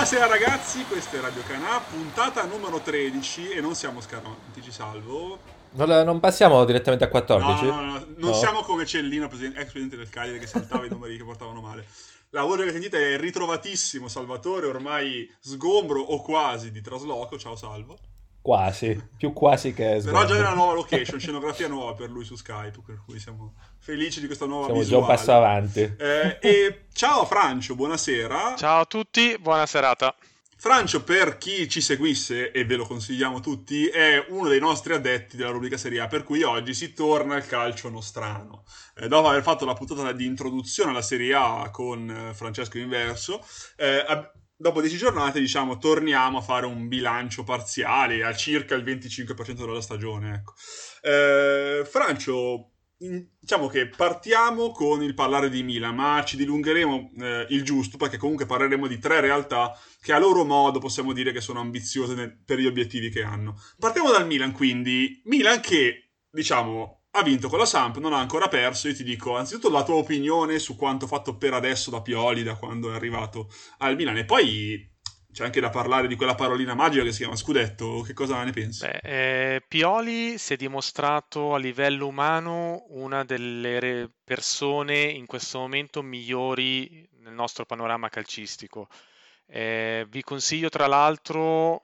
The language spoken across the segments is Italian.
Buonasera ragazzi, questo è Radio Canà, puntata numero 13 e non siamo scaramantici, salvo. Non passiamo direttamente a No, 14? no, no, non No? siamo come Cellino, ex presidente del Cagliari, che saltava i numeri che portavano male. La voce che sentite è il ritrovatissimo Salvatore, ormai sgombro o quasi di trasloco. Ciao Salvo. Quasi, più quasi che Però già nella sgombro. nuova location, scenografia nuova per lui su Skype, per cui siamo felici di questa nuova Siamo già un passo visuale. avanti. E ciao Francio, buonasera. Ciao a tutti, buona serata. Francio, per chi ci seguisse, e ve lo consigliamo tutti, è uno dei nostri addetti della rubrica Serie A, per cui oggi si torna al calcio nostrano. Dopo aver fatto la puntata di introduzione alla Serie A con Francesco Inverso, dopo 10 giornate, diciamo, torniamo a fare un bilancio parziale a circa il 25% della stagione. Ecco. Francio, diciamo che partiamo con il parlare di Milan, ma ci dilungheremo il giusto, perché comunque parleremo di tre realtà che a loro modo possiamo dire che sono ambiziose per gli obiettivi che hanno. Partiamo dal Milan, quindi. Milan che, diciamo, ha vinto con la Samp, non ha ancora perso. Io ti dico, anzitutto, la tua opinione su quanto fatto per adesso da Pioli, da quando è arrivato al Milan. E poi c'è anche da parlare di quella parolina magica che si chiama scudetto. Che cosa ne pensi? Pioli si è dimostrato a livello umano una delle persone in questo momento migliori nel nostro panorama calcistico. Vi consiglio tra l'altro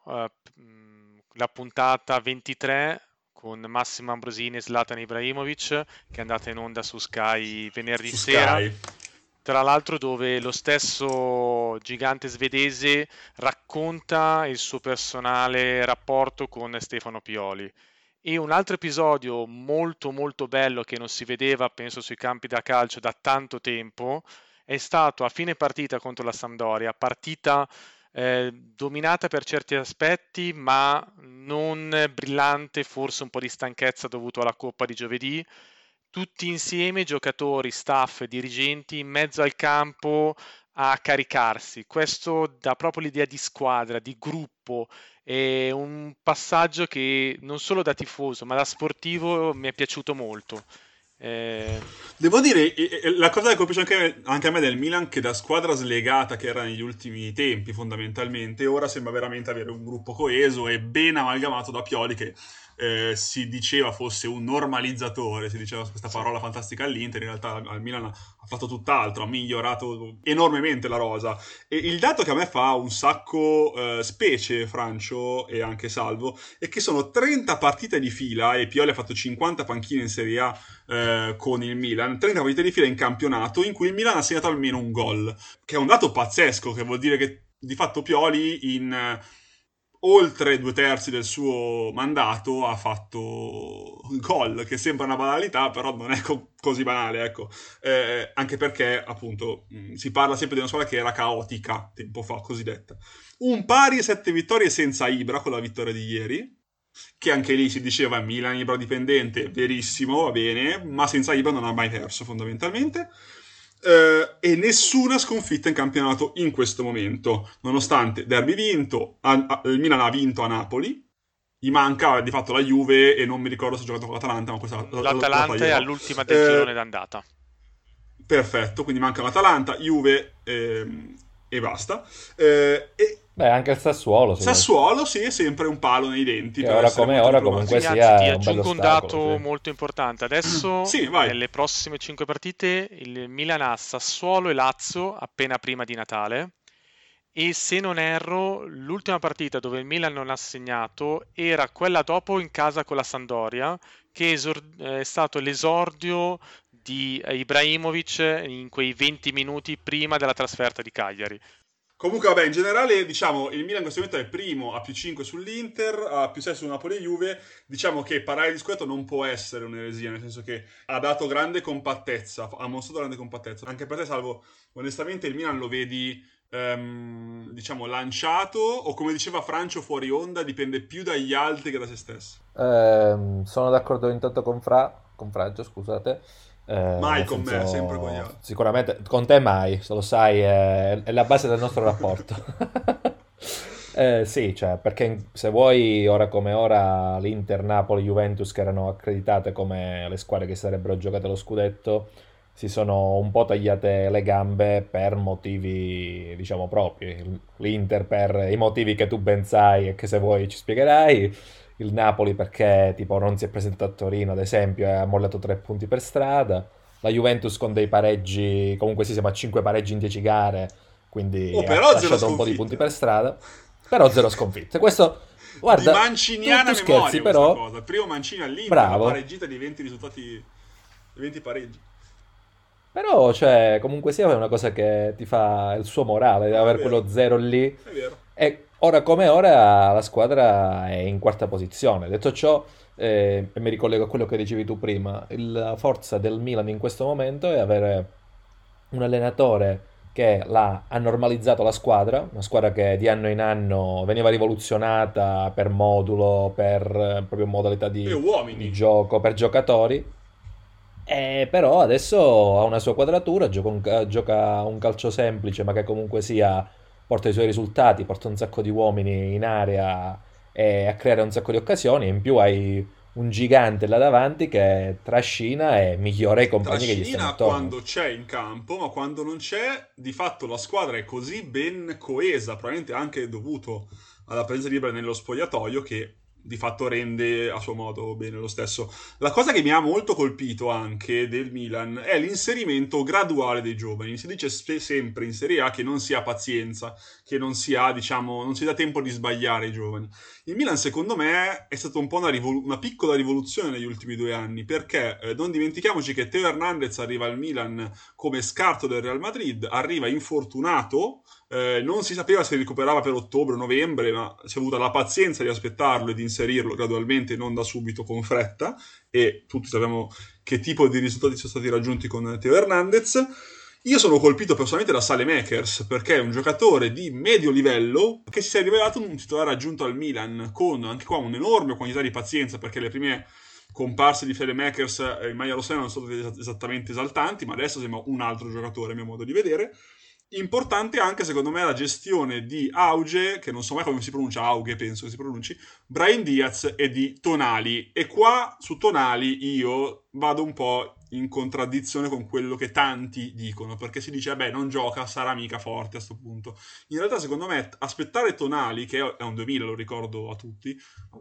la puntata 23 con Massimo Ambrosini e Zlatan Ibrahimovic, che è andata in onda su Sky venerdì Su sera. Sky. Tra l'altro dove lo stesso gigante svedese racconta il suo personale rapporto con Stefano Pioli. E un altro episodio molto molto bello che non si vedeva, penso, sui campi da calcio da tanto tempo, è stato a fine partita contro la Sampdoria, partita dominata per certi aspetti, ma non brillante, forse un po' di stanchezza dovuto alla Coppa di giovedì. Tutti insieme, giocatori, staff, dirigenti, in mezzo al campo a caricarsi. Questo dà proprio l'idea di squadra, di gruppo. È un passaggio che non solo da tifoso, ma da sportivo mi è piaciuto molto. Eh, Devo dire, la cosa che colpisce anche a me del Milan, che da squadra slegata che era negli ultimi tempi fondamentalmente, ora sembra veramente avere un gruppo coeso e ben amalgamato da Pioli, che si diceva fosse un normalizzatore, si diceva questa sì. parola fantastica all'Inter, in realtà al Milan ha fatto tutt'altro, ha migliorato enormemente la rosa. E il dato che a me fa un sacco specie, Francio e anche Salvo, è che sono 30 partite di fila, e Pioli ha fatto 50 panchine in Serie A con il Milan, 30 partite di fila in campionato in cui il Milan ha segnato almeno un gol, che è un dato pazzesco, che vuol dire che di fatto Pioli in oltre 2/3 del suo mandato ha fatto gol, che sembra una banalità, però non è così banale, ecco. Anche perché, appunto, si parla sempre di una squadra che era caotica tempo fa, cosiddetta. Un pari e 7 vittorie senza Ibra con la vittoria di ieri, che anche lì si diceva Milan Ibra dipendente, verissimo, va bene, ma senza Ibra non ha mai perso fondamentalmente. E nessuna sconfitta in campionato in questo momento, nonostante derby vinto, il Milan ha vinto a Napoli, gli manca di fatto la Juve e non mi ricordo se ha giocato con l'Atalanta, ma questa la L'Atalanta è taglierò. all'ultima del girone Eh, d'andata. Perfetto, quindi manca l'Atalanta, Juve e basta. E Beh, anche il Sassuolo, se vuoi. Sassuolo sì, è sempre un palo nei denti Che per ora essere come molto ora diplomatici. comunque Sì, anzi, ti sia un bello aggiungo un ostacolo, dato sì. molto importante. Adesso, Sì, vai. nelle prossime 5 partite, il Milan ha Sassuolo e Lazio appena prima di Natale. E se non erro, l'ultima partita dove il Milan non ha segnato era quella dopo in casa con la Sampdoria, che è stato l'esordio di Ibrahimovic in quei 20 minuti prima della trasferta di Cagliari. Comunque, vabbè, in generale, diciamo, il Milan in questo momento è primo a più 5 sull'Inter, a più 6 su Napoli e Juve. Diciamo che parlare di scudetto non può essere un'eresia, nel senso che ha dato grande compattezza, ha mostrato grande compattezza. Anche per te, Salvo, onestamente il Milan lo vedi, diciamo, lanciato o come diceva Francio fuori onda, dipende più dagli altri che da se stesso. Sono d'accordo intanto con Fraggio, scusate. Mai Nel con me, sempre con gli senso, altri. sicuramente con te mai, se lo sai, è la base del nostro rapporto. Sì, cioè, perché se vuoi, ora come ora, l'Inter, Napoli, Juventus, che erano accreditate come le squadre che sarebbero giocate lo scudetto, si sono un po' tagliate le gambe per motivi, diciamo, propri. L'Inter per i motivi che tu ben sai e che se vuoi ci spiegherai. Il Napoli perché tipo non si è presentato a Torino, ad esempio, e ha mollato 3 punti per strada. La Juventus con dei pareggi, comunque sì, siamo a 5 pareggi in 10 gare, Oh, quindi ha però zero lasciato un po' di punti sconfitte. per strada. Però zero sconfitte. Questo, Di guarda, tu manciniana scherzi, memoria questa però, cosa. Il primo Mancini all'Inter, la bravo. pareggita di 20 risultati, di 20 pareggi. Però, cioè, comunque sia, è una cosa che ti fa il suo morale, No, è avere vero, quello zero lì. è vero. E ora come ora la squadra è in quarta posizione. Detto ciò, e mi ricollego a quello che dicevi tu prima, la forza del Milan in questo momento è avere un allenatore che ha normalizzato la squadra, una squadra che di anno in anno veniva rivoluzionata per modulo, per proprio modalità E di uomini. gioco, per giocatori. Però adesso ha una sua quadratura, gioca un calcio semplice, ma che comunque sia porta i suoi risultati, porta un sacco di uomini in area e a creare un sacco di occasioni. E in più hai un gigante là davanti che trascina e migliora i compagni che gli stanno Trascina attorno. quando c'è in campo, ma quando non c'è, di fatto la squadra è così ben coesa, probabilmente anche dovuto alla presenza di Ibra nello spogliatoio, che di fatto rende a suo modo bene lo stesso. La cosa che mi ha molto colpito anche del Milan è l'inserimento graduale dei giovani. Si dice sempre in Serie A che non si ha pazienza, che non si ha, diciamo, non si dà tempo di sbagliare ai giovani. Il Milan, secondo me, è stata un po' una piccola rivoluzione negli ultimi 2 anni, perché non dimentichiamoci che Teo Hernandez arriva al Milan come scarto del Real Madrid, arriva infortunato, non si sapeva se recuperava per ottobre o novembre, ma si è avuta la pazienza di aspettarlo e di inserirlo gradualmente, non da subito con fretta, e tutti sappiamo che tipo di risultati sono stati raggiunti con Teo Hernandez. Io sono colpito personalmente da Saelemaekers perché è un giocatore di medio livello che si è rivelato un titolare aggiunto al Milan con anche qua un'enorme quantità di pazienza perché le prime comparse di Saelemaekers in maglia rossonera non sono state esattamente esaltanti, ma adesso sembra un altro giocatore a mio modo di vedere. Importante anche secondo me la gestione di Auge, che non so mai come si pronuncia, Auge penso che si pronunci, Brahim Diaz e di Tonali. E qua su Tonali io vado un po' in contraddizione con quello che tanti dicono, perché si dice, beh, non gioca, sarà mica forte a sto punto. In realtà, secondo me, aspettare Tonali, che è un 2000, lo ricordo a tutti,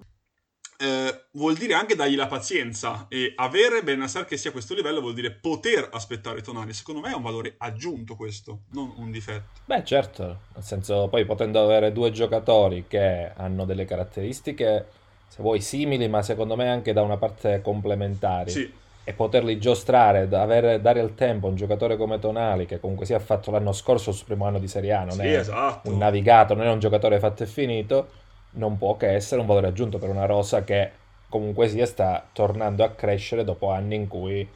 vuol dire anche dargli la pazienza e avere Bennacer che sia a questo livello vuol dire poter aspettare Tonali. Secondo me è un valore aggiunto questo, non un difetto. Beh, certo, nel senso, poi potendo avere due giocatori che hanno delle caratteristiche, se vuoi, simili, ma secondo me anche da una parte complementari, Sì, e poterli giostrare, dare il tempo a un giocatore come Tonali, che comunque si è fatto l'anno scorso il suo primo anno di Serie A, non sì, è un esatto. navigato, non è un giocatore fatto e finito, non può che essere un valore aggiunto per una rosa che comunque sia sta tornando a crescere dopo anni in cui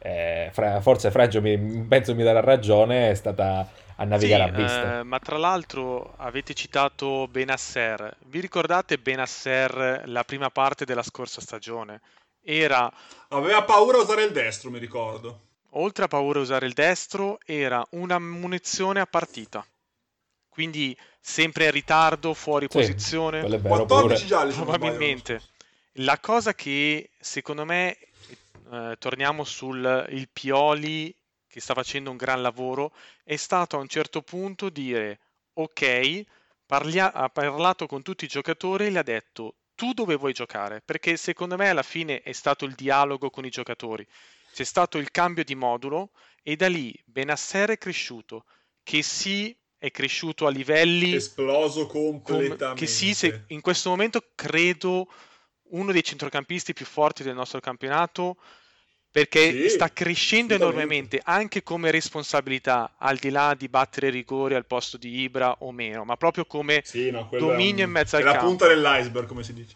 forse Fraggio penso mi darà ragione, è stata a navigare Sì, a vista. ma tra l'altro avete citato Benasser. Vi ricordate Benasser la prima parte della scorsa stagione? Era, Aveva paura a usare il destro, mi ricordo. oltre a paura a usare il destro, era una munizione a partita. Quindi sempre in ritardo, fuori Sì, posizione. quello è vero 14 pure. gialli se non sbaglio l'anno Probabilmente. scorso. La cosa che secondo me, torniamo sul il Pioli che sta facendo un gran lavoro, è stato a un certo punto dire ok, ha parlato con tutti i giocatori e gli ha detto tu dove vuoi giocare? Perché secondo me alla fine è stato il dialogo con i giocatori. C'è stato il cambio di modulo e da lì Benasser è cresciuto, che sì è cresciuto a livelli Esploso che sì, se completamente. in questo momento credo uno dei centrocampisti più forti del nostro campionato perché sta Sì, crescendo assolutamente. enormemente anche come responsabilità, al di là di battere rigori al posto di Ibra o meno, ma proprio come Sì, no, quello dominio in mezzo è al la punta campo. dell'iceberg, come si dice.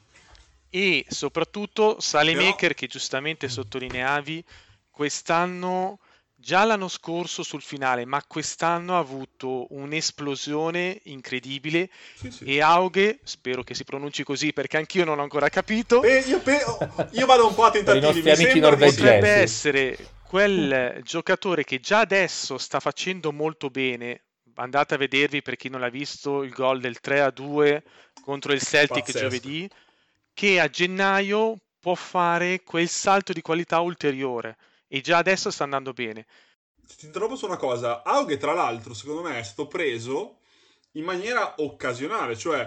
E soprattutto Però, Salemaker, che giustamente sottolineavi, quest'anno, già l'anno scorso sul finale, ma quest'anno ha avuto un'esplosione incredibile sì, sì. e Auge, spero che si pronunci così perché anch'io non ho ancora capito, Io vado un po' a Per i tentativi, nostri mi amici sembra di sì. potrebbe norvegesi. essere quel giocatore che già adesso sta facendo molto bene. Andate a vedervi per chi non l'ha visto il gol del 3-2 contro il Celtic Pazzesco. giovedì, che a gennaio può fare quel salto di qualità ulteriore e già adesso sta andando bene. ti interrompo su una cosa. Aughe, tra l'altro, secondo me è stato preso in maniera occasionale, cioè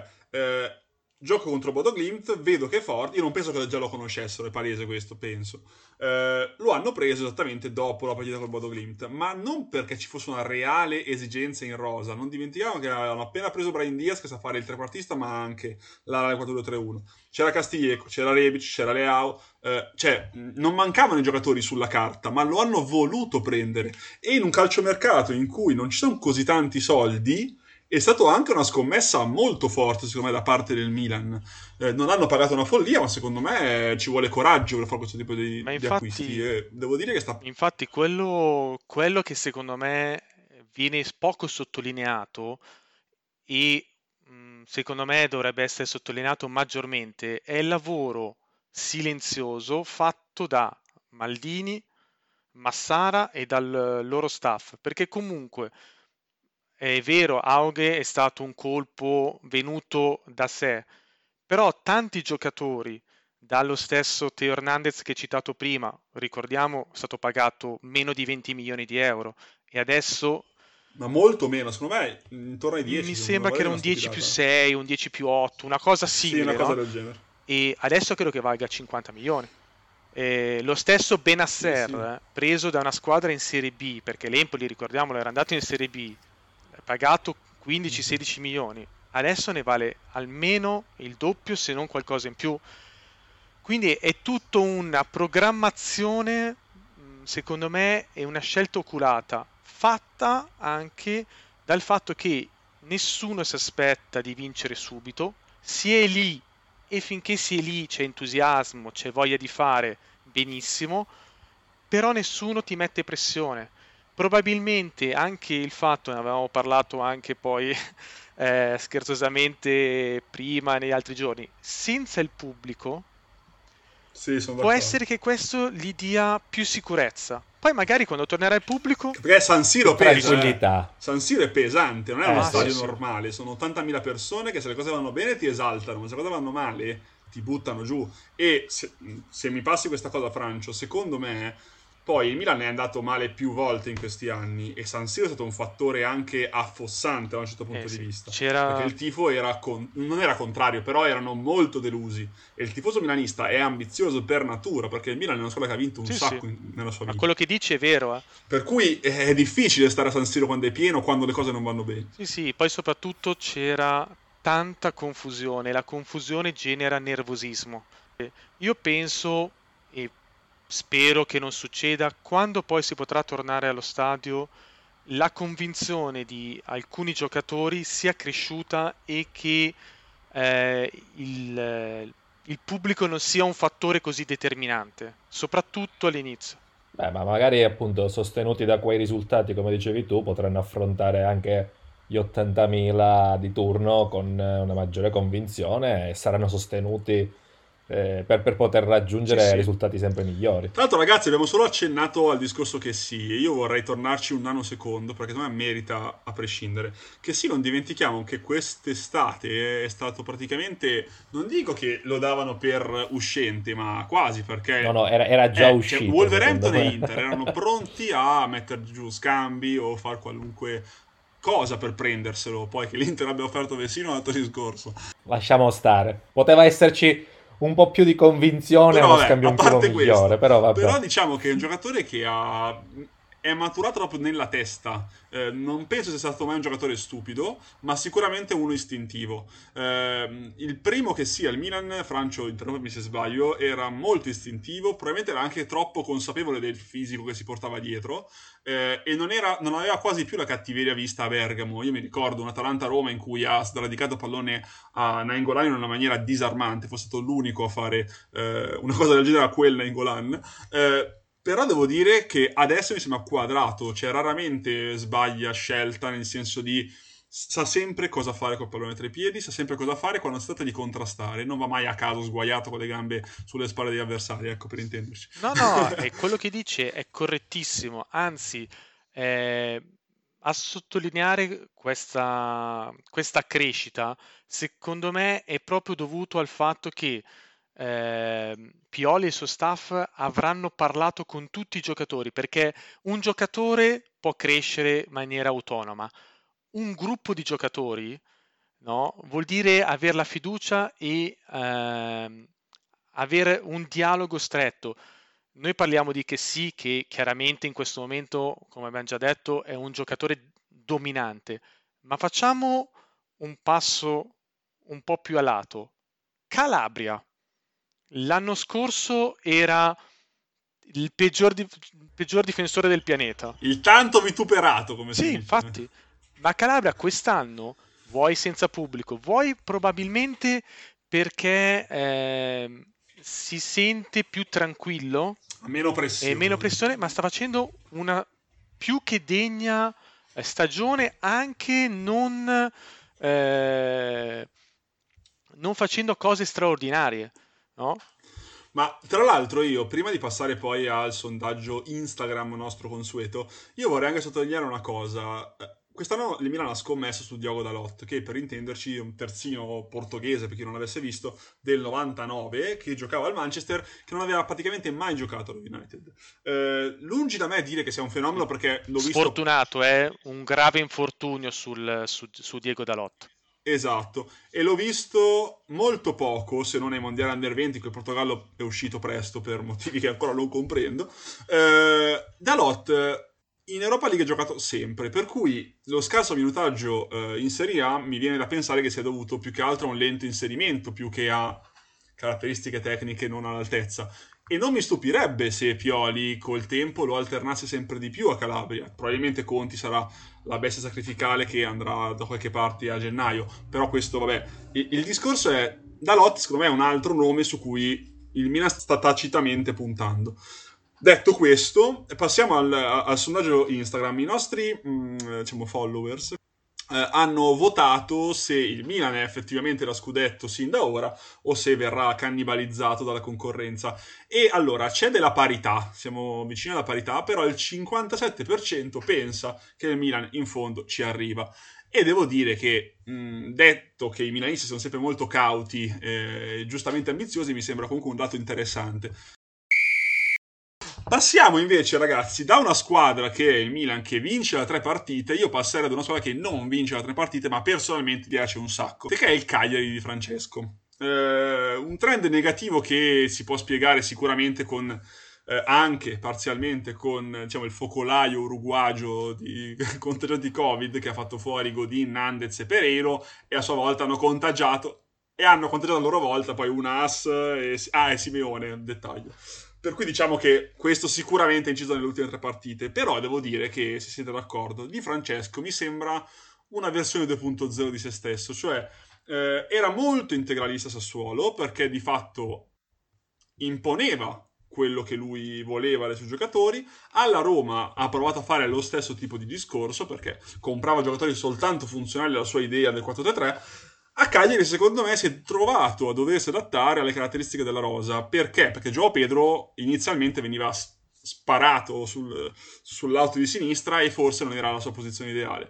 gioco contro Bodo Glimt, vedo che è forte, io non penso che già lo conoscessero, è palese questo, penso. Lo hanno preso esattamente dopo la partita col Bodo Glimt, ma non perché ci fosse una reale esigenza in rosa. Non dimentichiamo che avevano appena preso Brahim Diaz, che sa fare il trequartista, ma anche la 4-2-3-1. C'era Castillejo, c'era Rebic, c'era Leao, cioè non mancavano i giocatori sulla carta, ma lo hanno voluto prendere. E in un calciomercato in cui non ci sono così tanti soldi, è stata anche una scommessa molto forte, secondo me, da parte del Milan. Non hanno pagato una follia, ma secondo me ci vuole coraggio per fare questo tipo Ma di acquisti. E devo dire che sta... infatti quello che secondo me viene poco sottolineato e secondo me dovrebbe essere sottolineato maggiormente è il lavoro silenzioso fatto da Maldini, Massara e dal loro staff, perché comunque è vero, Aughe è stato un colpo venuto da sé, però tanti giocatori, dallo stesso Teo Hernandez che hai citato prima, ricordiamo, è stato pagato meno di 20 milioni di euro e adesso Ma molto meno, secondo me, intorno ai mi 10, non sembra che vorrei era una un 10 più stupidata. 6, un 10 più 8, una cosa Sì, una simile, cosa no? del genere. E adesso credo che valga 50 milioni. Lo stesso Sì, Benasser, sì. preso da una squadra in Serie B, perché l'Empoli, ricordiamolo, era andato in Serie B, pagato 15-16 milioni, adesso ne vale almeno il doppio, se non qualcosa in più. Quindi è tutto una programmazione, secondo me, è una scelta oculata, fatta anche dal fatto che nessuno si aspetta di vincere subito, si è lì e finché si è lì c'è entusiasmo, c'è voglia di fare benissimo, però nessuno ti mette pressione. Probabilmente anche il fatto, ne avevamo parlato anche poi scherzosamente prima, negli altri giorni, senza il pubblico, Sì, sono può d'accordo. essere che questo gli dia più sicurezza. Poi magari quando tornerà il pubblico, Perché San Più Siro pesa, eh. tranquillità. San Siro è pesante, non è uno sì Sì. stadio sì, normale. Sono 80.000 persone che se le cose vanno bene ti esaltano, ma se le cose vanno male ti buttano giù. E se mi passi questa cosa, Francio, secondo me, poi il Milan è andato male più volte in questi anni e San Siro è stato un fattore anche affossante da un certo punto di sì, vista. Perché c'era. il tifo era non era contrario, però erano molto delusi. E il tifoso milanista è ambizioso per natura, perché il Milan è una squadra che ha vinto un Sì, sì, sacco nella sua ma vita. quello che dici è vero, eh. Per cui è difficile stare a San Siro quando è pieno, quando le cose non vanno bene. Sì, sì, poi soprattutto c'era tanta confusione, la confusione genera nervosismo. Io penso e spero che non succeda, quando poi si potrà tornare allo stadio, la convinzione di alcuni giocatori sia cresciuta e che il pubblico non sia un fattore così determinante, soprattutto all'inizio. Beh, ma magari appunto sostenuti da quei risultati, come dicevi tu, potranno affrontare anche gli 80.000 di turno con una maggiore convinzione e saranno sostenuti per poter Sì, raggiungere sì. risultati sempre migliori. Tra l'altro, ragazzi, abbiamo solo accennato al discorso che sì, e io vorrei tornarci un nanosecondo, perché secondo me merita a prescindere. Che sì, non dimentichiamo che quest'estate è stato praticamente, non dico che lo davano per uscente, ma quasi, No, perché no, era già cioè, uscito, secondo Wolverhampton e me. Inter erano pronti a mettere giù scambi o far qualunque cosa per prenderselo. Poi che l'Inter abbia offerto Vesino è un altro discorso. Lasciamo stare. Poteva esserci un po' più di convinzione e Però uno vabbè, scambio a un po' parte migliore, questo, però però vabbè. diciamo che è un giocatore che è maturato proprio nella testa. Non penso sia stato mai un giocatore stupido, ma sicuramente uno istintivo. Il primo che sia il Milan, Francio, interrompimi se sbaglio, era molto istintivo, probabilmente era anche troppo consapevole del fisico che si portava dietro e non aveva quasi più la cattiveria vista a Bergamo. Io mi ricordo un Atalanta-Roma in cui ha sradicato pallone a Nainggolan in una maniera disarmante, fosse stato l'unico a fare una cosa del genere a quel Nainggolan. Però devo dire che adesso mi sembra quadrato, cioè raramente sbaglia scelta, nel senso di sa sempre cosa fare col pallone tra i piedi, sa sempre cosa fare quando si tratta di contrastare, non va mai a caso sguaiato con le gambe sulle spalle degli avversari, ecco per intenderci. No, no, è quello che dice è correttissimo, anzi, eh, a sottolineare questa crescita, secondo me è proprio dovuto al fatto che Pioli e il suo staff avranno parlato con tutti i giocatori, perché un giocatore può crescere in maniera autonoma. Un gruppo di giocatori, no, vuol dire avere la fiducia e avere un dialogo stretto. Noi parliamo di Kessie, che chiaramente in questo momento, come abbiamo già detto, è un giocatore dominante, ma facciamo un passo un po' più a lato. Calabria, l'anno scorso era il peggior difensore del pianeta. Il tanto vituperato, come si Sì, dice. infatti, ma Calabria quest'anno, vuoi senza pubblico, vuoi probabilmente perché si sente più tranquillo Meno e pressione. meno pressione, ma sta facendo una più che degna stagione, anche non facendo cose straordinarie, no? Ma tra l'altro io, prima di passare poi al sondaggio Instagram nostro consueto, io vorrei anche sottolineare una cosa. Quest'anno il Milan ha scommesso su Diogo Dalot, che per intenderci è un terzino portoghese, per chi non l'avesse visto, del 99, che giocava al Manchester, che non aveva praticamente mai giocato allo United. Lungi da me dire che sia un fenomeno, perché l'ho visto... Sfortunato, un grave infortunio su Diego Dalot. Esatto, e l'ho visto molto poco, se non ai mondiali under 20, che il Portogallo è uscito presto per motivi che ancora non comprendo. Dalot in Europa League ha giocato sempre, per cui lo scarso minutaggio in Serie A mi viene da pensare che sia dovuto più che altro a un lento inserimento, più che a caratteristiche tecniche non all'altezza. E non mi stupirebbe se Pioli col tempo lo alternasse sempre di più a Calabria. Probabilmente Conti sarà la bestia sacrificale che andrà da qualche parte a gennaio. Però questo, vabbè. Il discorso è, Dalot secondo me è un altro nome su cui il Milan sta tacitamente puntando. Detto questo, passiamo al sondaggio Instagram. I nostri diciamo followers hanno votato se il Milan è effettivamente da scudetto sin da ora o se verrà cannibalizzato dalla concorrenza. E allora c'è della parità, siamo vicini alla parità, però il 57% pensa che il Milan in fondo ci arriva. E devo dire che, detto che i milanisti sono sempre molto cauti e giustamente ambiziosi, mi sembra comunque un dato interessante. Passiamo invece, ragazzi, da una squadra che è il Milan, che vince da 3 partite, io passerei ad una squadra che non vince da 3 partite, ma personalmente piace un sacco, che è il Cagliari di Francesco. Un trend negativo che si può spiegare sicuramente con anche parzialmente con, diciamo, il focolaio uruguagio contagiato di Covid, che ha fatto fuori Godin, Nandez e Pereiro, e a sua volta hanno contagiato a loro volta poi Unas e Simeone, dettaglio. Per cui diciamo che questo sicuramente è inciso nelle ultime 3 partite, però devo dire che, se siete d'accordo, Di Francesco mi sembra una versione 2.0 di se stesso, cioè era molto integralista Sassuolo, perché di fatto imponeva quello che lui voleva dai suoi giocatori. Alla Roma ha provato a fare lo stesso tipo di discorso, perché comprava giocatori soltanto funzionali alla sua idea del 4-3-3. A Cagliari, secondo me, si è trovato a doversi adattare alle caratteristiche della rosa. Perché? Perché João Pedro inizialmente veniva sparato sull'alto di sinistra e forse non era la sua posizione ideale.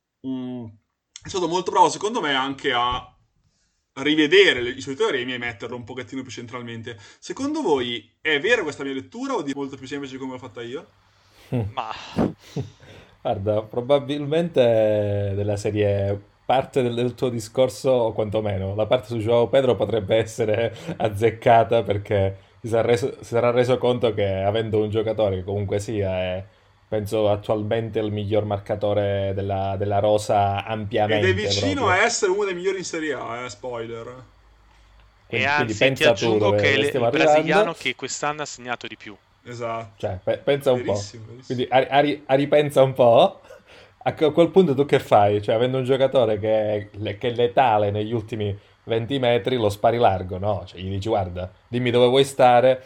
È stato molto bravo, secondo me, anche a rivedere i suoi teoremi e metterlo un pochettino più centralmente. Secondo voi è vera questa mia lettura o di molto più semplice come l'ho fatta io? Ma Guarda, probabilmente della serie parte del tuo discorso, o quantomeno la parte su João Pedro potrebbe essere azzeccata, perché si sarà reso conto che, avendo un giocatore che comunque sia è, penso, attualmente il miglior marcatore della rosa Ed ampiamente è vicino proprio. a essere uno dei migliori in Serie A, spoiler. e Quindi anzi ti pensa tu aggiungo che dove è stiamo il brasiliano arrivando. che quest'anno ha segnato di più. Esatto. Cioè, pensa un po'. Verissimo, verissimo. Quindi ripensa un po'. A quel punto tu che fai? Cioè, avendo un giocatore che è letale negli ultimi 20 metri, lo spari largo, no? Cioè, gli dici, guarda, dimmi dove vuoi stare,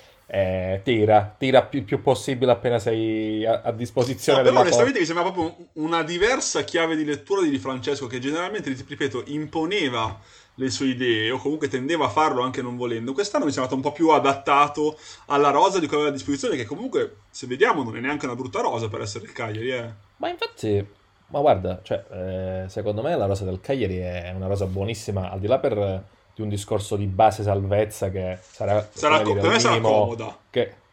tira più possibile appena sei a disposizione No, però della porta. onestamente mi sembra proprio una diversa chiave di lettura di Francesco, che generalmente, ripeto, imponeva le sue idee o comunque tendeva a farlo anche non volendo. Quest'anno mi è sembrato un po' più adattato alla rosa di cui aveva a disposizione, che comunque, se vediamo, non è neanche una brutta rosa per essere il Cagliari, Ma infatti, ma guarda, cioè, secondo me la rosa del Cagliari è una rosa buonissima, al di là di un discorso di base salvezza che sarà, Sarà, come dire, per il me sarà minimo comoda. che...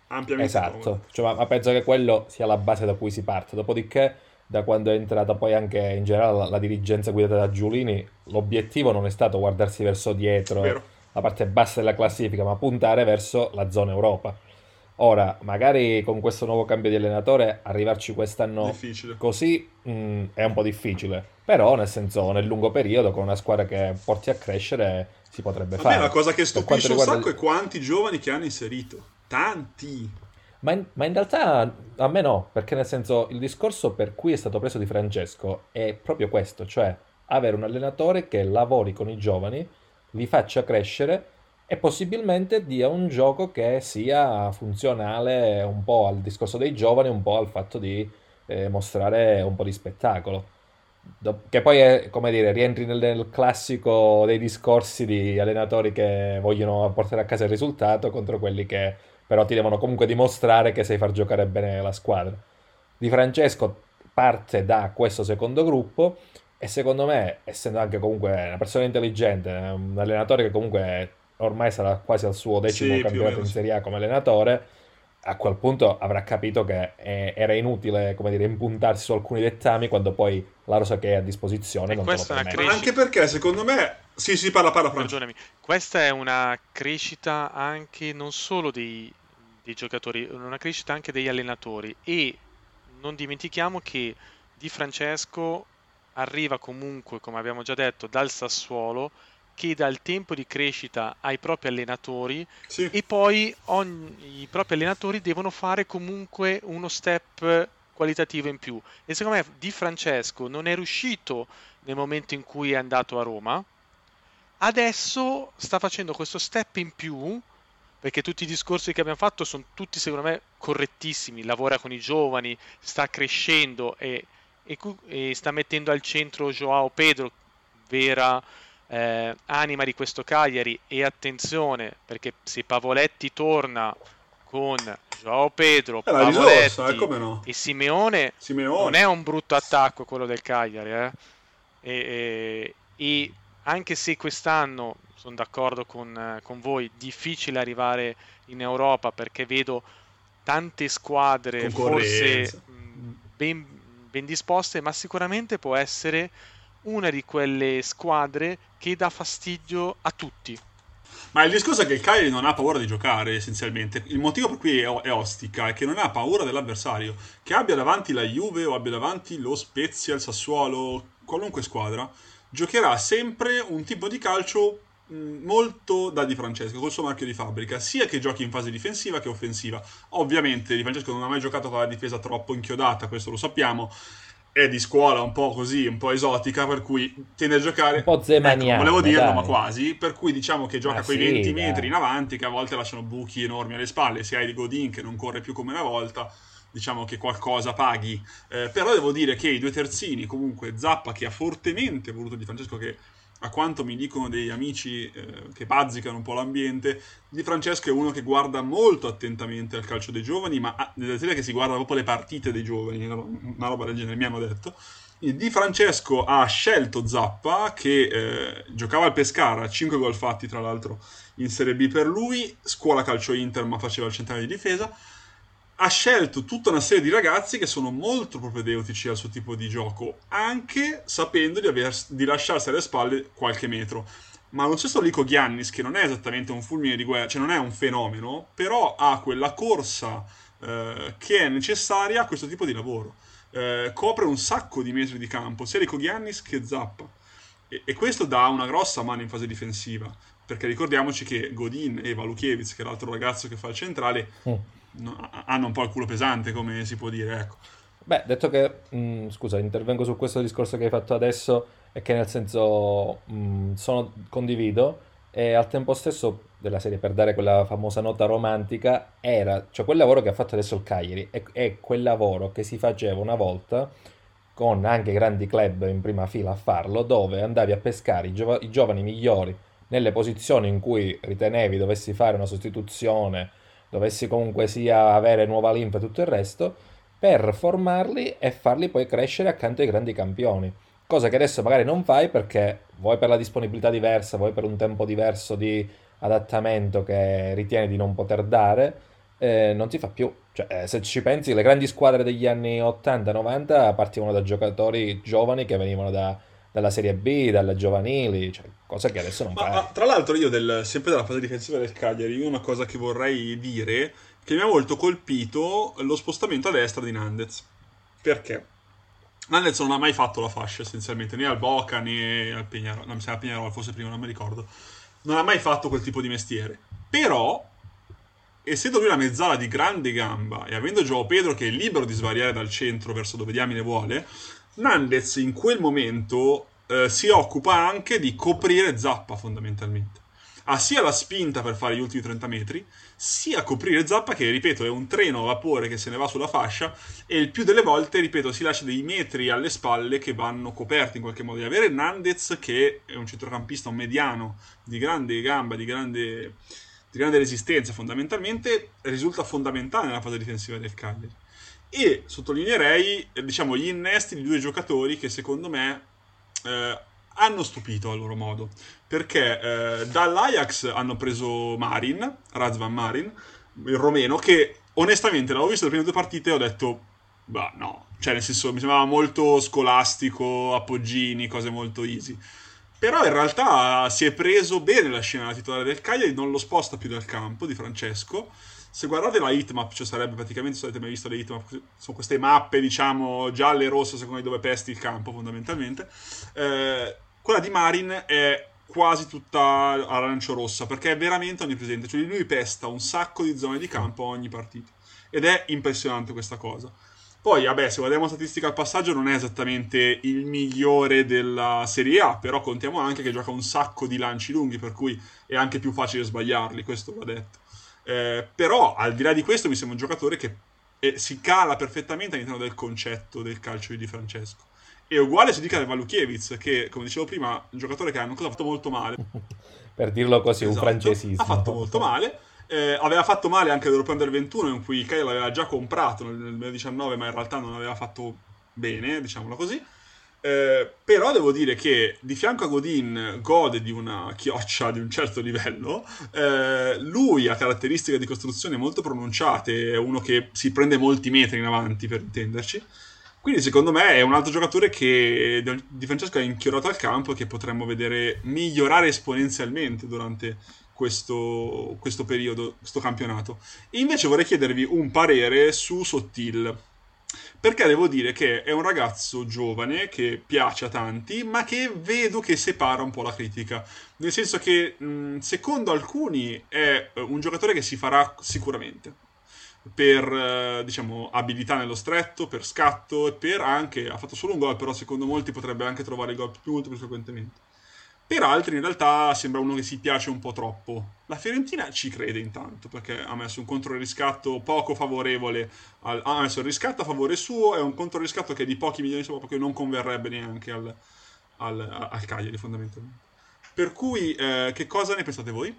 ampiamente scomodo. Esatto, cioè, ma penso che quello sia la base da cui si parte. Dopodiché, da quando è entrata poi anche in generale la dirigenza guidata da Giulini, l'obiettivo non è stato guardarsi verso dietro Vero, la parte bassa della classifica, ma puntare verso la zona Europa. Ora, magari con questo nuovo cambio di allenatore arrivarci quest'anno difficile. così è un po' difficile, però nel senso nel lungo periodo con una squadra che porti a crescere si potrebbe A me la fare. cosa che Per quanto stupisce un riguarda sacco è quanti giovani che hanno inserito. Tanti. ma in realtà a me no, perché nel senso il discorso per cui è stato preso Di Francesco è proprio questo, cioè avere un allenatore che lavori con i giovani, li faccia crescere e possibilmente dia un gioco che sia funzionale un po' al discorso dei giovani, un po' al fatto di mostrare un po' di spettacolo. Che poi è, come dire, rientri nel classico dei discorsi di allenatori che vogliono portare a casa il risultato contro quelli che però ti devono comunque dimostrare che sai far giocare bene la squadra. Di Francesco parte da questo secondo gruppo e secondo me, essendo anche comunque una persona intelligente, un allenatore che comunque ormai sarà quasi al suo decimo Sì, più o campionato meno in sì. Serie A come allenatore, a quel punto avrà capito che era inutile, come dire, impuntarsi su alcuni dettami quando poi la rosa che hai a disposizione E non te lo questa è una Ma permette. anche crescita, perché secondo me... Sì, sì, parla Francia. perdonami, questa è una crescita anche non solo dei giocatori, una crescita anche degli allenatori e non dimentichiamo che Di Francesco arriva comunque, come abbiamo già detto, dal Sassuolo che dà il tempo di crescita ai propri allenatori Sì. e poi i propri allenatori devono fare comunque uno step qualitativo in più. E secondo me Di Francesco non è riuscito nel momento in cui è andato a Roma. Adesso sta facendo questo step in più, perché tutti i discorsi che abbiamo fatto sono tutti secondo me correttissimi. Lavora con i giovani, sta crescendo e sta mettendo al centro Joao Pedro, vera anima di questo Cagliari. E attenzione, perché se Pavoletti torna con Joao Pedro, È la risorsa, Pavoletti come no? e Simeone, non Simeone. è un brutto attacco quello del Cagliari, eh? E anche se quest'anno sono d'accordo con voi, difficile arrivare in Europa perché vedo tante squadre forse Concorrenza. ben disposte, ma sicuramente può essere una di quelle squadre che dà fastidio a tutti. Ma il discorso è che il Cagliari non ha paura di giocare, essenzialmente. Il motivo per cui è ostica è che non ha paura dell'avversario. Che abbia davanti la Juve o abbia davanti lo Spezia, il Sassuolo, qualunque squadra, giocherà sempre un tipo di calcio molto da Di Francesco, col suo marchio di fabbrica, sia che giochi in fase difensiva che offensiva. Ovviamente Di Francesco non ha mai giocato con la difesa troppo inchiodata, questo lo sappiamo, è di scuola un po' così, un po' esotica, per cui tende a Un giocare... po' Ecco, non volevo zemaniano, dirlo, ma dai. quasi, per cui diciamo che Ma gioca quei 20 sì, metri dai. in avanti che a volte lasciano buchi enormi alle spalle, se hai di Godin che non corre più come una volta, diciamo che qualcosa paghi. Però devo dire che i due terzini, comunque Zappa che ha fortemente voluto Di Francesco, che a quanto mi dicono degli amici che bazzicano un po' l'ambiente, Di Francesco è uno che guarda molto attentamente al calcio dei giovani, ma nella serie che si guarda proprio le partite dei giovani, una roba del genere, mi hanno detto. Di Francesco ha scelto Zappa, che giocava al Pescara, 5 gol fatti tra l'altro in Serie B per lui, scuola calcio Inter ma faceva il centrale di difesa. Ha scelto tutta una serie di ragazzi che sono molto propedeutici al suo tipo di gioco, anche sapendo di lasciarsi alle spalle qualche metro. Ma lo stesso Lico Giannis, che non è esattamente un fulmine di guerra, cioè non è un fenomeno, però ha quella corsa che è necessaria a questo tipo di lavoro. Copre un sacco di metri di campo, sia Lico Giannis che Zappa. E questo dà una grossa mano in fase difensiva, perché ricordiamoci che Godin e Valukiewicz, che è l'altro ragazzo che fa il centrale, Mm. hanno un po' il culo pesante, come si può dire, ecco. Beh, detto che, scusa, intervengo su questo discorso che hai fatto adesso e che nel senso condivido e al tempo stesso della serie per dare quella famosa nota romantica era, cioè quel lavoro che ha fatto adesso il Cagliari è quel lavoro che si faceva una volta con anche grandi club in prima fila a farlo, dove andavi a pescare i giovani migliori nelle posizioni in cui ritenevi dovessi fare una sostituzione, dovessi comunque sia avere nuova linfa e tutto il resto, per formarli e farli poi crescere accanto ai grandi campioni. Cosa che adesso magari non fai perché vuoi per la disponibilità diversa, vuoi per un tempo diverso di adattamento che ritieni di non poter dare, non si fa più. Cioè, se ci pensi, le grandi squadre degli anni 80-90 partivano da giocatori giovani che venivano dalla Serie B, dalle giovanili, cioè, cosa che adesso non fai. Tra l'altro io sempre della fase difensiva del Cagliari, una cosa che vorrei dire, che mi ha molto colpito lo spostamento a destra di Nandez. Perché? Nandez non ha mai fatto la fascia essenzialmente, né al Boca né al Peñarol, no, mi sa al Peñarol forse prima, non mi ricordo. Non ha mai fatto quel tipo di mestiere. Però, essendo lui una mezzala di grande gamba e avendo Joao Pedro che è libero di svariare dal centro verso dove diamine vuole, Nandez in quel momento si occupa anche di coprire Zappa fondamentalmente. Ha sia la spinta per fare gli ultimi 30 metri, sia coprire Zappa che, ripeto, è un treno a vapore che se ne va sulla fascia e il più delle volte, ripeto, si lascia dei metri alle spalle che vanno coperti in qualche modo. E avere Nandez, che è un centrocampista, un mediano, di grande gamba, di grande resistenza fondamentalmente, risulta fondamentale nella fase difensiva del Cagliari. E sottolineerei, diciamo, gli innesti di due giocatori che secondo me hanno stupito a loro modo, perché dall'Ajax hanno preso Razvan Marin, il romeno, che onestamente l'avevo visto le prime due partite e ho detto bah no, cioè nel senso mi sembrava molto scolastico, appoggini, cose molto easy. Però in realtà si è preso bene la scena titolare del Cagliari, non lo sposta più dal campo di Francesco. Se guardate la heatmap, cioè sarebbe praticamente, se avete mai visto le heatmap, sono queste mappe, diciamo, gialle e rosse, secondo di dove pesti il campo, fondamentalmente. Quella di Marin è quasi tutta arancio-rossa, perché è veramente onnipresente. Cioè lui pesta un sacco di zone di campo ogni partita. Ed è impressionante questa cosa. Poi, vabbè, se guardiamo statistica al passaggio non è esattamente il migliore della Serie A, però contiamo anche che gioca un sacco di lanci lunghi, per cui è anche più facile sbagliarli, questo va detto. Però, al di là di questo, mi sembra un giocatore che si cala perfettamente all'interno del concetto del calcio di Di Francesco. E uguale si dica del Valukiewicz, che, come dicevo prima, è un giocatore che ha fatto molto male. Per dirlo così, un Esatto, francesismo. ha fatto molto male. Aveva fatto male anche all'European del 21, in cui il Cagliari l'aveva già comprato nel 2019, ma in realtà non aveva fatto bene, diciamolo così. Però devo dire che di fianco a Godin gode di una chioccia di un certo livello. Lui ha caratteristiche di costruzione molto pronunciate, è uno che si prende molti metri in avanti, per intenderci. Quindi secondo me è un altro giocatore che Di Francesco ha inchiodato al campo e che potremmo vedere migliorare esponenzialmente durante questo periodo, questo campionato. E invece vorrei chiedervi un parere su Sottil, perché devo dire che è un ragazzo giovane che piace a tanti, ma che vedo che separa un po' la critica. Nel senso che, secondo alcuni, è un giocatore che si farà sicuramente per diciamo abilità nello stretto, per scatto e per anche, ha fatto solo un gol, però secondo molti potrebbe anche trovare i gol molto più frequentemente. Per altri in realtà sembra uno che si piace un po' troppo. La Fiorentina ci crede intanto, perché ha messo un controriscatto poco favorevole, ha messo il riscatto a favore suo e un controriscatto che è di pochi milioni, insomma, che non converrebbe neanche al Cagliari fondamentalmente. Per cui che cosa ne pensate voi?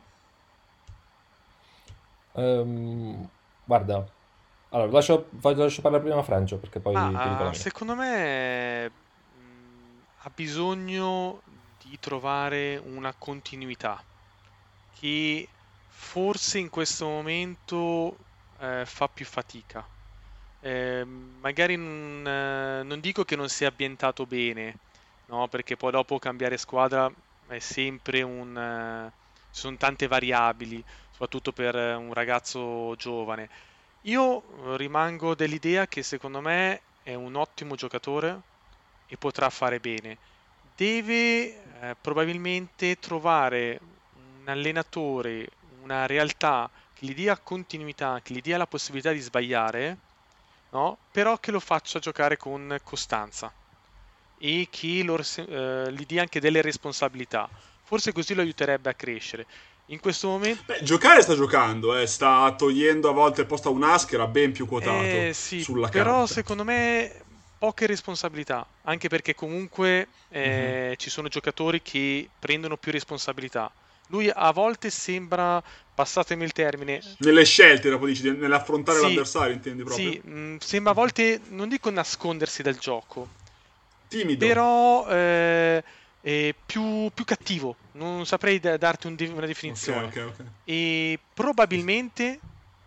Guarda, allora lascio parlare prima Francio perché poi ti dico la mia. Secondo me ha bisogno di trovare una continuità che forse in questo momento fa più fatica. Magari non dico che non sia ambientato bene, no? Perché poi dopo cambiare squadra è sempre ci sono tante variabili, soprattutto per un ragazzo giovane. Io rimango dell'idea che secondo me è un ottimo giocatore e potrà fare bene. Deve probabilmente trovare un allenatore, una realtà che gli dia continuità, che gli dia la possibilità di sbagliare, no? Però che lo faccia giocare con costanza e che gli dia anche delle responsabilità. Forse così lo aiuterebbe a crescere. In questo momento... Beh, giocare sta giocando, sta togliendo a volte il posto a un As che era ben più quotato Sì, sulla però carta. secondo me poche responsabilità, anche perché comunque ci sono giocatori che prendono più responsabilità. Lui a volte sembra, passatemi il termine, Nelle scelte, dopo dici, nell'affrontare sì, l'avversario, intendi proprio? sì, sembra a volte, non dico nascondersi dal gioco, Timido. però è più cattivo, non saprei darti una Ok, definizione. ok, ok. E probabilmente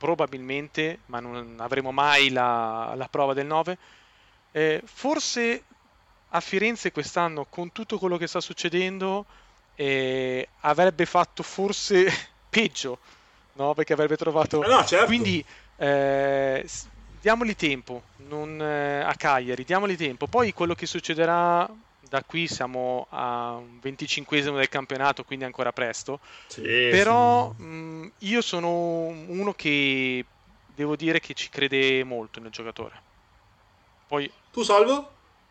probabilmente, ma non avremo mai la prova del 9. Forse a Firenze quest'anno, con tutto quello che sta succedendo, avrebbe fatto forse peggio, no? Perché avrebbe trovato... No, certo. Quindi diamogli tempo, a Cagliari, diamogli tempo. Poi quello che succederà da qui, siamo a un 25esimo del campionato, quindi ancora presto. Sì, sì. Però io sono uno che devo dire che ci crede molto nel giocatore. Poi Tu, Salvo?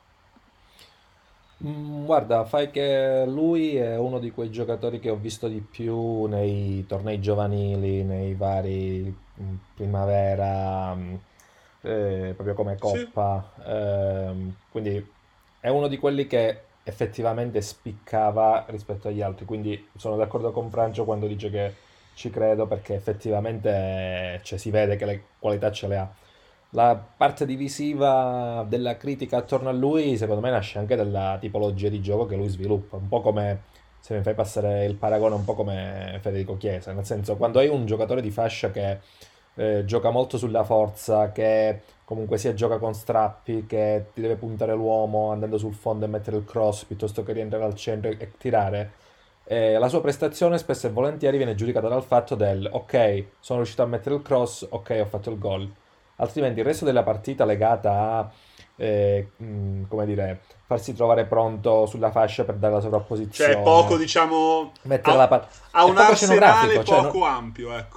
Guarda, fai che lui è uno di quei giocatori che ho visto di più nei tornei giovanili, nei vari primavera, proprio come Sì. coppa. Quindi è uno di quelli che effettivamente spiccava rispetto agli altri. Quindi sono d'accordo con Francio quando dice che ci credo perché effettivamente cioè, si vede che le qualità ce le ha. La parte divisiva della critica attorno a lui, secondo me, nasce anche dalla tipologia di gioco che lui sviluppa, un po' come, se mi fai passare il paragone, un po' come Federico Chiesa, nel senso, quando hai un giocatore di fascia che gioca molto sulla forza, che comunque sia gioca con strappi, che ti deve puntare l'uomo andando sul fondo e mettere il cross piuttosto che rientrare al centro e tirare, la sua prestazione spesso e volentieri viene giudicata dal fatto del ok, sono riuscito a mettere il cross, ok, ho fatto il gol. Altrimenti il resto della partita legata a, come dire, farsi trovare pronto sulla fascia per dare la Cioè, poco, sovrapposizione, diciamo, mettere la ha, palla. ha È un poco arsenale scenografico, cioè poco ampio, ecco.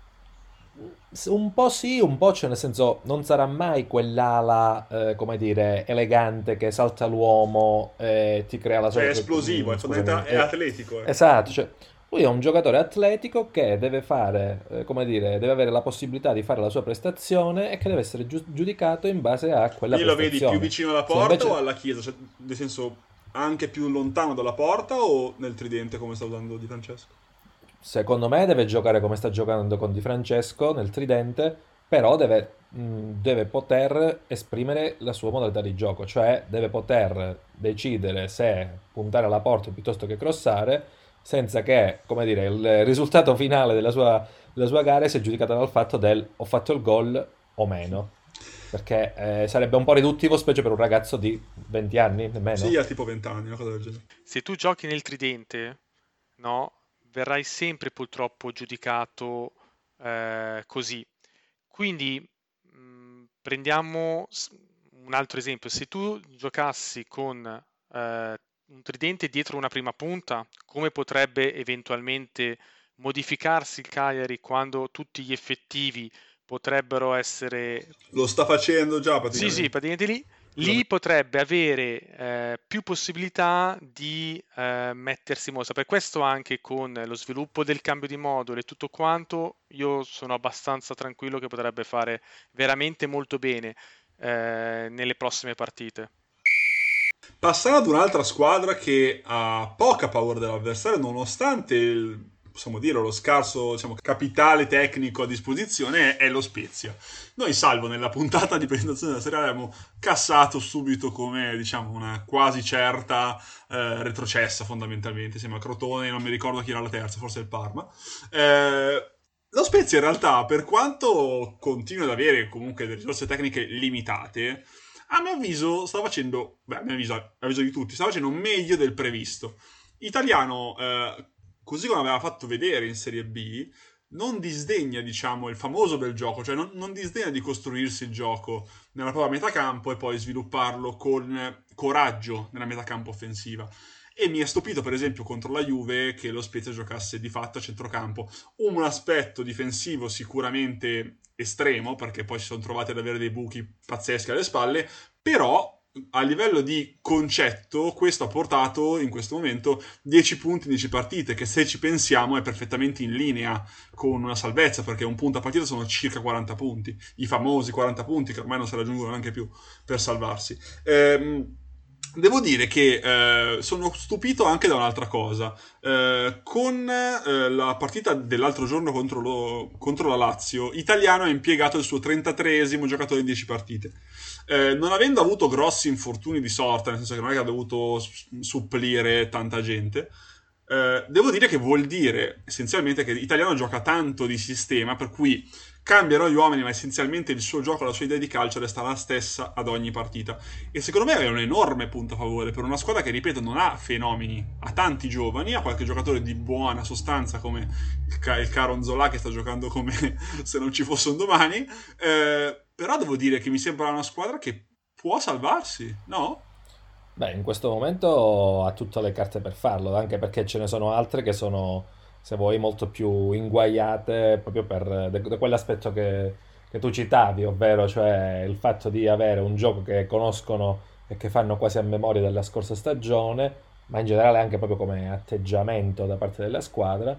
un po' sì, un po' c'è, nel senso non sarà mai quell'ala, come dire, elegante che salta l'uomo e ti crea la Cioè, è sovra... esplosivo, è scusami, fondamentalmente è atletico, ecco. esatto, cioè lui è un giocatore atletico che deve fare, come dire, deve avere la possibilità di fare la sua prestazione e che deve essere giudicato in base a quella Lì lo vedi più prestazione. vicino alla Se porta o invece, alla chiesa? Cioè, nel senso, anche più lontano dalla porta o nel tridente, come sta usando Di Francesco? secondo me deve giocare come sta giocando con Di Francesco nel tridente, però deve poter esprimere la sua modalità di gioco, cioè deve poter decidere se puntare alla porta piuttosto che crossare, senza che, come dire, il risultato finale della sua gara sia giudicato dal fatto del ho fatto il gol o meno. Perché sarebbe un po' riduttivo, specie per un ragazzo di 20 anni, Sì, nemmeno. ha tipo 20 anni, una cosa del genere. se tu giochi nel tridente, no, verrai sempre purtroppo giudicato così. Quindi prendiamo un altro esempio. Se tu giocassi con un tridente dietro una prima punta, come potrebbe eventualmente modificarsi il Cagliari quando tutti gli effettivi potrebbero essere... Lo sta facendo già Sì, sì, praticamente. praticamente lì potrebbe avere più possibilità di mettersi in mostra. Per questo anche con lo sviluppo del cambio di modulo e tutto quanto, io sono abbastanza tranquillo che potrebbe fare veramente molto bene nelle prossime partite. Passando ad un'altra squadra che ha poca paura dell'avversario, nonostante possiamo dire, lo scarso diciamo, capitale tecnico a disposizione, è lo Spezia. Noi, salvo nella puntata di presentazione della serie, abbiamo cassato subito come diciamo, una quasi certa retrocessa, fondamentalmente. Insieme a Crotone, non mi ricordo chi era la terza, forse il Parma. Lo Spezia, in realtà, per quanto continua ad avere comunque delle risorse tecniche limitate, a mio avviso sta facendo, beh, a mio avviso, a avviso di tutti, sta facendo meglio del previsto. Italiano, così come aveva fatto vedere in Serie B, non disdegna, diciamo, il famoso bel gioco, cioè non disdegna di costruirsi il gioco nella propria metà campo e poi svilupparlo con coraggio nella metà campo offensiva. E mi è stupito, per esempio, contro la Juve che lo Spezia giocasse di fatto a centrocampo. Un aspetto difensivo sicuramente estremo, perché poi si sono trovati ad avere dei buchi pazzeschi alle spalle, però a livello di concetto questo ha portato in questo momento 10 punti in 10 partite, che se ci pensiamo è perfettamente in linea con una salvezza, perché un punto a partita sono circa 40 punti, i famosi 40 punti che ormai non si raggiungono neanche più per salvarsi. Devo dire che sono stupito anche da un'altra cosa. Con la partita dell'altro giorno contro la Lazio, Italiano ha impiegato il suo 33esimo giocatore in 10 partite. Non avendo avuto grossi infortuni di sorta, nel senso che non è che ha dovuto supplire tanta gente, Devo dire che vuol dire essenzialmente che l'italiano gioca tanto di sistema, per cui cambiano gli uomini, ma essenzialmente il suo gioco, la sua idea di calcio resta la stessa ad ogni partita. E secondo me è un enorme punto a favore per una squadra che, ripeto, non ha fenomeni, ha tanti giovani, ha qualche giocatore di buona sostanza come il caro Nzola che sta giocando come se non ci fosse un domani. Però devo dire che mi sembra una squadra che può salvarsi, no? Beh, in questo momento ha tutte le carte per farlo, anche perché ce ne sono altre che sono, se vuoi, molto più inguaiate proprio per da quell'aspetto che tu citavi, ovvero cioè il fatto di avere un gioco che conoscono e che fanno quasi a memoria della scorsa stagione, ma in generale anche proprio come atteggiamento da parte della squadra.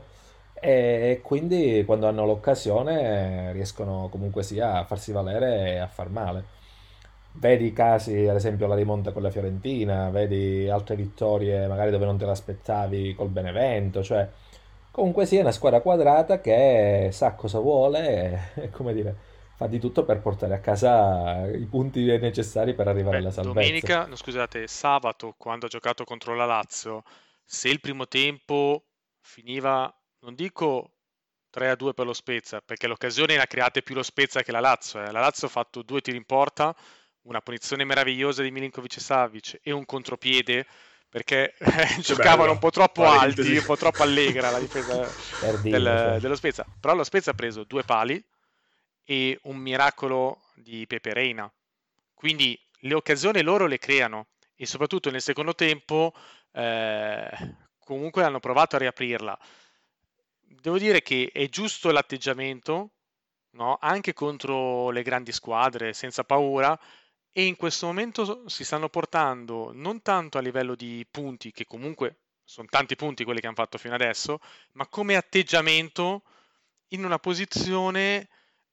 E quindi quando hanno l'occasione riescono comunque sia a farsi valere e a far male. Vedi i casi, ad esempio, la rimonta con la Fiorentina, vedi altre vittorie magari dove non te l'aspettavi col Benevento, cioè comunque sia una squadra quadrata che sa cosa vuole e, come dire, fa di tutto per portare a casa i punti necessari per arrivare Beh, alla salvezza. domenica, no, scusate, sabato, quando ha giocato contro la Lazio, se il primo tempo finiva, non dico 3-2 per lo Spezia, perché l'occasione ne ha create più lo Spezia che la Lazio. La Lazio ha fatto 2 tiri in porta, una punizione meravigliosa di Milinkovic e Savic e un contropiede, perché Che giocavano un bello, po' troppo alti, parentesi. un po' troppo allegra la difesa Per dire, cioè. dello Spezia. Però lo Spezia ha preso 2 pali e un miracolo di Pepe Reina. Quindi le occasioni loro le creano e soprattutto nel secondo tempo eh, comunque hanno provato a riaprirla. Devo dire che è giusto l'atteggiamento, no? Anche contro le grandi squadre, senza paura, e in questo momento si stanno portando non tanto a livello di punti, che comunque sono tanti punti quelli che hanno fatto fino adesso, ma come atteggiamento in una posizione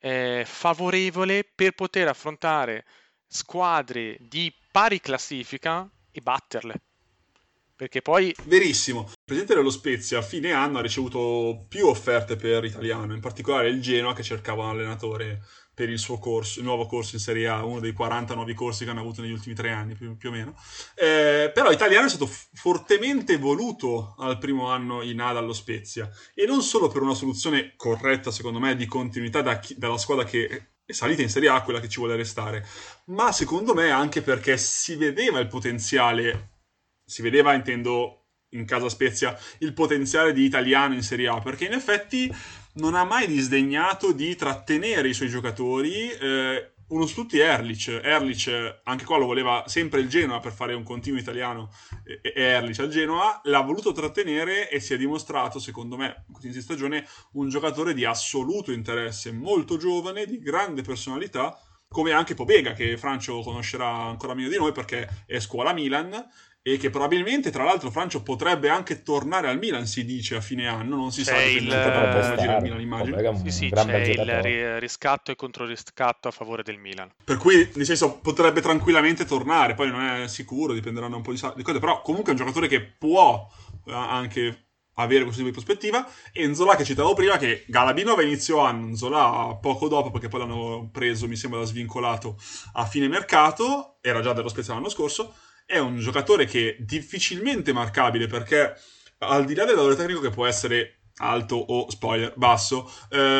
favorevole per poter affrontare squadre di pari classifica e batterle. Perché poi Verissimo. Il presidente dello Spezia a fine anno ha ricevuto più offerte per Italiano, in particolare il Genoa che cercava un allenatore per il suo corso, il nuovo corso in Serie A, uno dei 40 nuovi corsi che hanno avuto negli ultimi 3 anni, più o meno. Però Italiano è stato fortemente voluto al primo anno in A dallo Spezia, e non solo per una soluzione corretta, secondo me, di continuità dalla squadra che è salita in Serie A, quella che ci vuole restare, ma secondo me anche perché si vedeva il potenziale, si vedeva, intendo, in casa Spezia, il potenziale di Italiano in Serie A, perché in effetti non ha mai disdegnato di trattenere i suoi giocatori. Uno su tutti è Erlich. Erlich, anche qua lo voleva sempre il Genoa per fare un continuo italiano, e Erlich al Genoa l'ha voluto trattenere e si è dimostrato, secondo me, in questa stagione, un giocatore di assoluto interesse, molto giovane, di grande personalità, come anche Pobega, che Francio conoscerà ancora meglio di noi perché è scuola Milan, e che probabilmente, tra l'altro, Francio potrebbe anche tornare al Milan, si dice, a fine anno, non si c'è sa, il, dipende da Potrebbe come gira il Milan, stare, immagino. Pobega è sì, un sì, gran c'è bel il giocatore. riscatto e controriscatto a favore del Milan. Per cui, nel senso, potrebbe tranquillamente tornare, poi non è sicuro, dipenderanno un po' di cose, però comunque è un giocatore che può anche avere questo tipo di prospettiva. E Nzola, che citavo prima, che Galabinov a inizio anno, Nzola poco dopo, perché poi l'hanno preso, mi sembra, da svincolato a fine mercato, era già dello Spezia l'anno scorso. È un giocatore che è difficilmente marcabile, perché al di là del valore tecnico, che può essere alto o, spoiler, basso,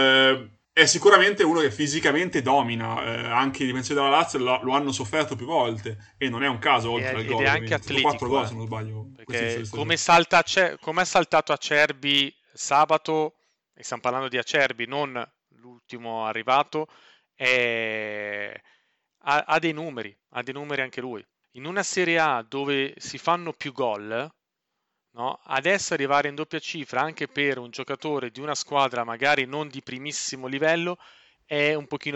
è sicuramente uno che fisicamente domina. Anche i difensori della Lazio lo hanno sofferto più volte, e non è un caso, oltre al Ed gol è anche ovviamente. Sono 4 atletico, gol, se non sbaglio, questo inizio perché di come stagione. come è saltato Acerbi sabato, e stiamo parlando di Acerbi, non l'ultimo arrivato, è- ha dei numeri anche lui. In una Serie A dove si fanno più gol, no? Adesso arrivare in doppia cifra anche per un giocatore di una squadra magari non di primissimo livello è un pochino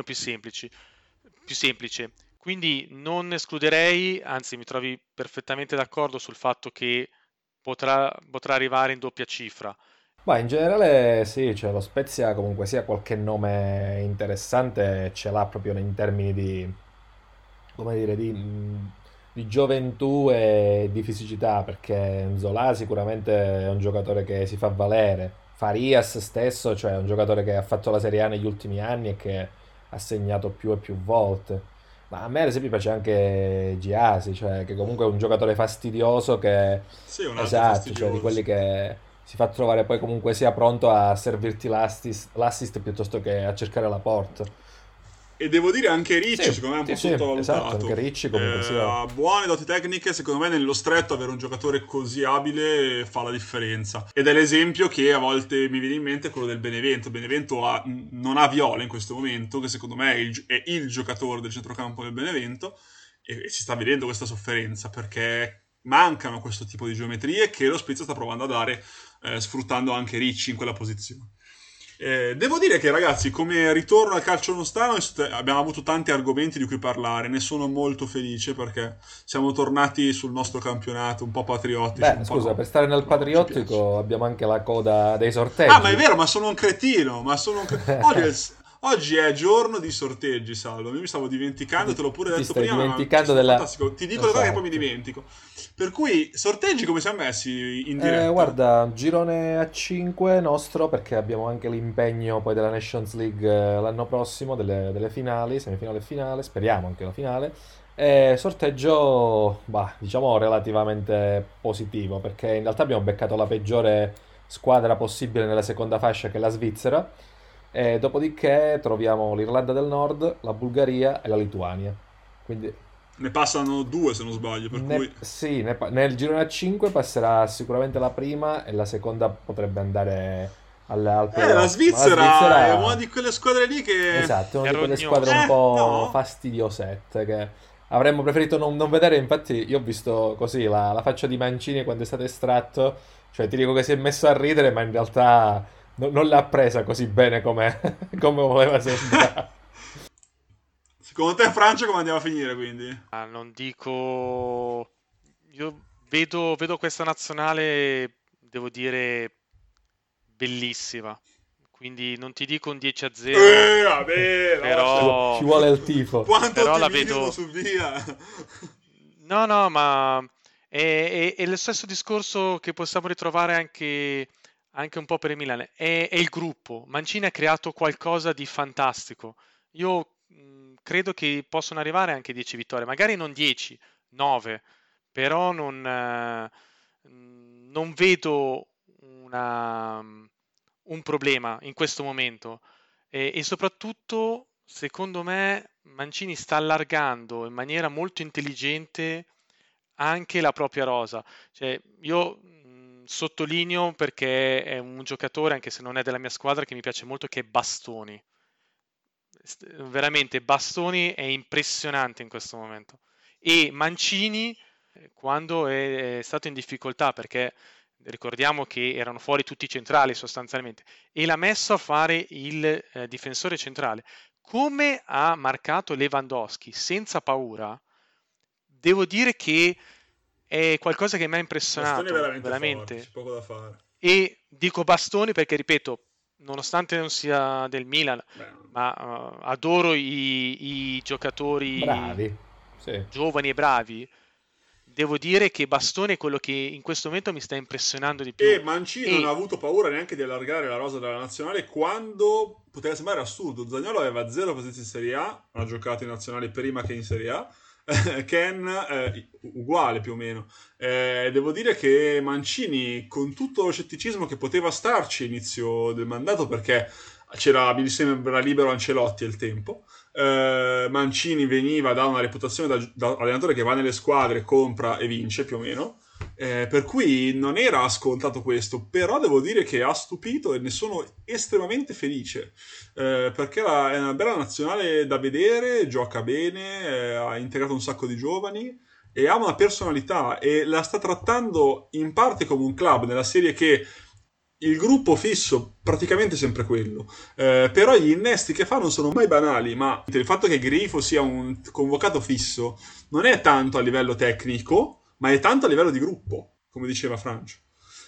più semplice. Quindi non escluderei, anzi mi trovi perfettamente d'accordo sul fatto che potrà arrivare in doppia cifra. Ma in generale sì, cioè lo Spezia comunque sia qualche nome interessante ce l'ha proprio in termini di, come dire, di gioventù e di fisicità, perché Nzola sicuramente è un giocatore che si fa valere. Farias stesso, cioè è un giocatore che ha fatto la Serie A negli ultimi anni e che ha segnato più e più volte. Ma a me ad esempio piace anche Giasi, cioè che comunque è un giocatore fastidioso che, Sì, è un altro esatto, cioè di fastidioso, quelli sì. si fa trovare poi comunque sia pronto a servirti l'assist piuttosto che a cercare la porta. E devo dire anche Ricci, Sì, secondo me è un sì, po' sì, esatto, sottovalutato. anche Ricci comunque sia. Ha buone doti tecniche, secondo me nello stretto avere un giocatore così abile fa la differenza. Ed è l'esempio che a volte mi viene in mente quello del Benevento. Benevento non ha Viola in questo momento, che secondo me è il giocatore del centrocampo del Benevento, e si sta vedendo questa sofferenza perché mancano questo tipo di geometrie che lo Spezia sta provando a dare, sfruttando anche Ricci in quella posizione. Devo dire che ragazzi, come ritorno al calcio lontano, abbiamo avuto tanti argomenti di cui parlare, ne sono molto felice perché siamo tornati sul nostro campionato un po' patriottici, Beh, un po' scusa, no, per stare nel però ci piace. patriottico abbiamo anche la coda dei Ah, ma è sorteggi. vero, ma sono un cretino, oggi è giorno di sorteggi, Salvo. Io mi stavo dimenticando, te l'ho pure Ti detto stai prima, ma dimenticando della... fantastico. Ti dico le cose che poi mi Esatto. dimentico. Per cui, sorteggi come siamo messi in diretta? Guarda, girone a 5 nostro perché abbiamo anche l'impegno poi della Nations League l'anno prossimo, delle finali, semifinale e finale, speriamo anche la finale. Sorteggio, bah, diciamo relativamente positivo perché in realtà abbiamo beccato la peggiore squadra possibile nella seconda fascia che è la Svizzera e dopodiché troviamo l'Irlanda del Nord, la Bulgaria e la Lituania. Quindi Ne passano due, se non sbaglio, per cui... sì, nel girone a 5 passerà sicuramente la prima e la seconda potrebbe andare al La playoff. Ma la Svizzera è una Svizzera, di quelle squadre lì che... esatto, è una È di quelle squadre un rognosa. po' No? fastidiosette che avremmo preferito non vedere. Infatti, io ho visto così la faccia di Mancini quando è stato estratto. Cioè, ti dico che si è messo a ridere, ma in realtà non l'ha presa così bene come voleva sembrare. Secondo te, Francia, come andiamo a finire, quindi? Non dico... Io vedo questa nazionale, devo dire, bellissima. Quindi non ti dico un 10-0, Vabbè, no, cioè... Ci però, vuole il tifo. Quanto però la ottimismo vedo... su via! No, no, ma è lo stesso discorso che possiamo ritrovare anche un po' per il Milan. È il gruppo. Mancini ha creato qualcosa di fantastico. Io credo che possono arrivare anche 10 vittorie, magari non 10, 9, però non vedo un problema in questo momento. E soprattutto, secondo me, Mancini sta allargando in maniera molto intelligente anche la propria rosa. Cioè, io sottolineo perché è un giocatore, anche se non è della mia squadra, che mi piace molto, che è Bastoni. Veramente, Bastoni è impressionante in questo momento. E Mancini, quando è stato in difficoltà, perché ricordiamo che erano fuori tutti i centrali sostanzialmente, e l'ha messo a fare il difensore centrale, come ha marcato Lewandowski senza paura, devo dire che è qualcosa che mi ha Bastoni è impressionato, veramente forte, c'è veramente. poco da fare. E dico bastoni perché, ripeto, nonostante non sia del Milan, Beh, ma adoro i giocatori Bravi. Sì. giovani e bravi, devo dire che Bastoni è quello che in questo momento mi sta impressionando di più. e Mancini non ha E avuto paura neanche di allargare la rosa della nazionale quando poteva sembrare assurdo. Zaniolo aveva 0 presenze in Serie A, ha giocato in nazionale prima che in Serie A. Ken uguale più o meno. Devo dire che Mancini, con tutto lo scetticismo che poteva starci inizio del mandato, perché mi sembra libero Ancelotti al tempo. Mancini veniva da una reputazione da allenatore che va nelle squadre, compra e vince più o meno. Per cui non era scontato questo, però devo dire che ha stupito e ne sono estremamente felice. Perché è una bella nazionale da vedere, gioca bene, ha integrato un sacco di giovani e ha una personalità e la sta trattando in parte come un club, nella serie che il gruppo fisso praticamente sempre quello, però gli innesti che fa non sono mai banali, ma il fatto che Grifo sia un convocato fisso non è tanto a livello tecnico, ma è tanto a livello di gruppo, come diceva Francio.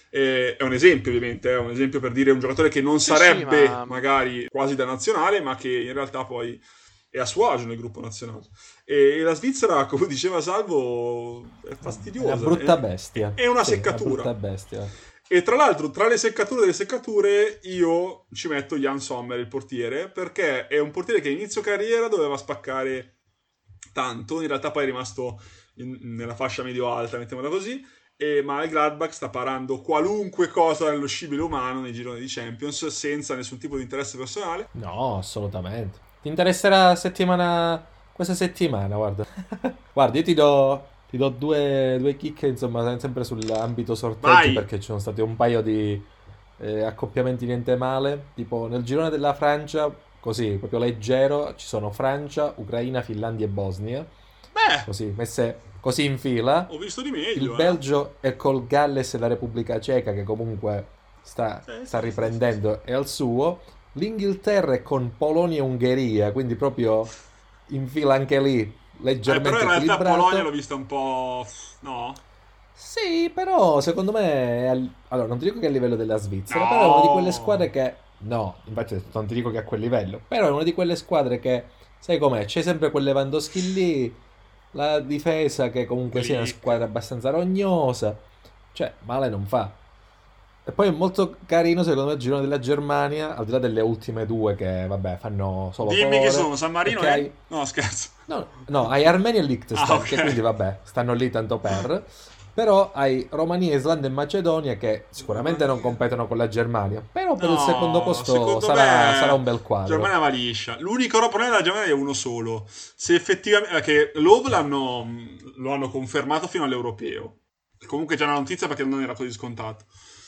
È un esempio, ovviamente, è un esempio per dire un giocatore che non sì, sì, sarebbe ma magari quasi da nazionale, ma che in realtà poi è a suo agio nel gruppo nazionale. E la Svizzera, come diceva Salvo, è È una fastidiosa, brutta bestia. è una Sì, una seccatura. brutta bestia. E tra l'altro, tra le seccature delle seccature, io ci metto Jan Sommer, il portiere, perché è un portiere che a inizio carriera doveva spaccare tanto, in realtà poi è rimasto nella fascia medio-alta, mettiamola così, ma il Gladbach sta parando qualunque cosa nello scibile umano nei gironi di Champions senza nessun tipo di interesse personale. No, assolutamente. Ti interesserà questa settimana, guarda. Guarda, io ti do due chicche, insomma, sempre sull'ambito sorteggi, Vai! perché ci sono stati un paio di accoppiamenti niente male. Tipo, nel girone della Francia, così, proprio leggero, ci sono Francia, Ucraina, Finlandia e Bosnia. Beh, Così, messe così in fila. ho visto di Il meglio, Belgio è col Galles e la Repubblica Ceca, che comunque sta, Sì, sta sì, sì, sì, sì. riprendendo e al suo. L'Inghilterra è con Polonia e Ungheria, quindi proprio in fila anche lì, Però in leggermente realtà Polonia l'ho equilibrato. vista un po'... No? Sì, però secondo me, allora non ti dico che è a livello della Svizzera, però è una di quelle No! squadre che, no, infatti non ti dico che è a quel livello, però è una di quelle squadre che, sai com'è, c'è sempre quel Lewandowski lì, la difesa che comunque sia una Glick. squadra abbastanza rognosa, cioè male non fa. E poi è molto carino secondo me il girone della Germania, al di là delle ultime due che vabbè fanno solo Dimmi che colore, sono San Marino perché e... hai... No, scherzo. No, no, hai Armenia e Ah, Liechtenstein, ok. che quindi vabbè, stanno lì tanto per. Però hai Romania, Islanda e Macedonia che sicuramente non Romania. competono con la Germania. Però per il secondo No, posto secondo sarà me un bel quadro. Germania va liscia. L'unico problema della Germania è uno solo. Se effettivamente... che Love lo hanno confermato fino all'europeo. Comunque è già una notizia perché non era così scontato.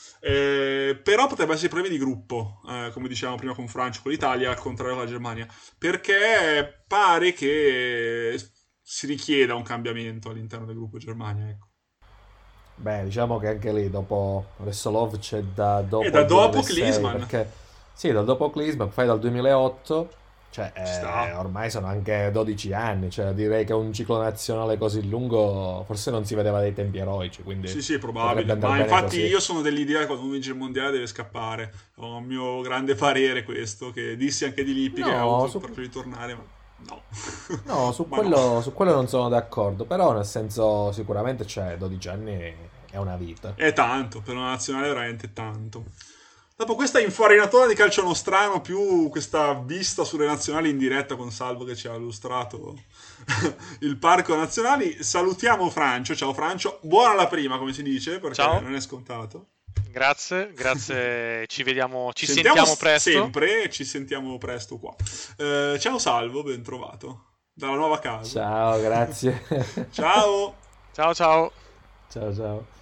Però potrebbe essere problemi di gruppo, come dicevamo prima con Francia, con l'Italia, al contrario della Germania. Perché pare che si richieda un cambiamento all'interno del gruppo Germania, ecco. Beh, diciamo che anche lì dopo adesso Love c'è da E dopo da il dopo 2006, Klinsmann perché sì, dal dopo Klinsmann, fai dal 2008, cioè ci sta. ormai sono anche 12 anni, cioè direi che un ciclo nazionale così lungo forse non si vedeva dai tempi eroici, quindi Sì, sì, è potrebbe probabile. andare Ma bene infatti così. io sono dell'idea che quando uno vince il mondiale deve scappare. Ho un mio grande parere questo, che dissi anche di Lippi che ha No, avuto il su coraggio di tornare, ma no. No, su Ma no. quello non sono d'accordo, però nel senso sicuramente c'è 12 anni è una vita. È tanto, per una nazionale è veramente tanto. Dopo questa infarinatona di calcio nostrano, più questa vista sulle nazionali in diretta con Salvo che ci ha illustrato il parco nazionali, salutiamo Francio. Ciao Francio, buona la prima, come si dice, perché Ciao, non è scontato. grazie, grazie, ci vediamo, ci Ci sentiamo sentiamo presto. sempre e ci sentiamo presto qua. Ciao Salvo, ben trovato dalla nuova casa. Ciao, grazie. Ciao! Ciao ciao. Ciao, ciao.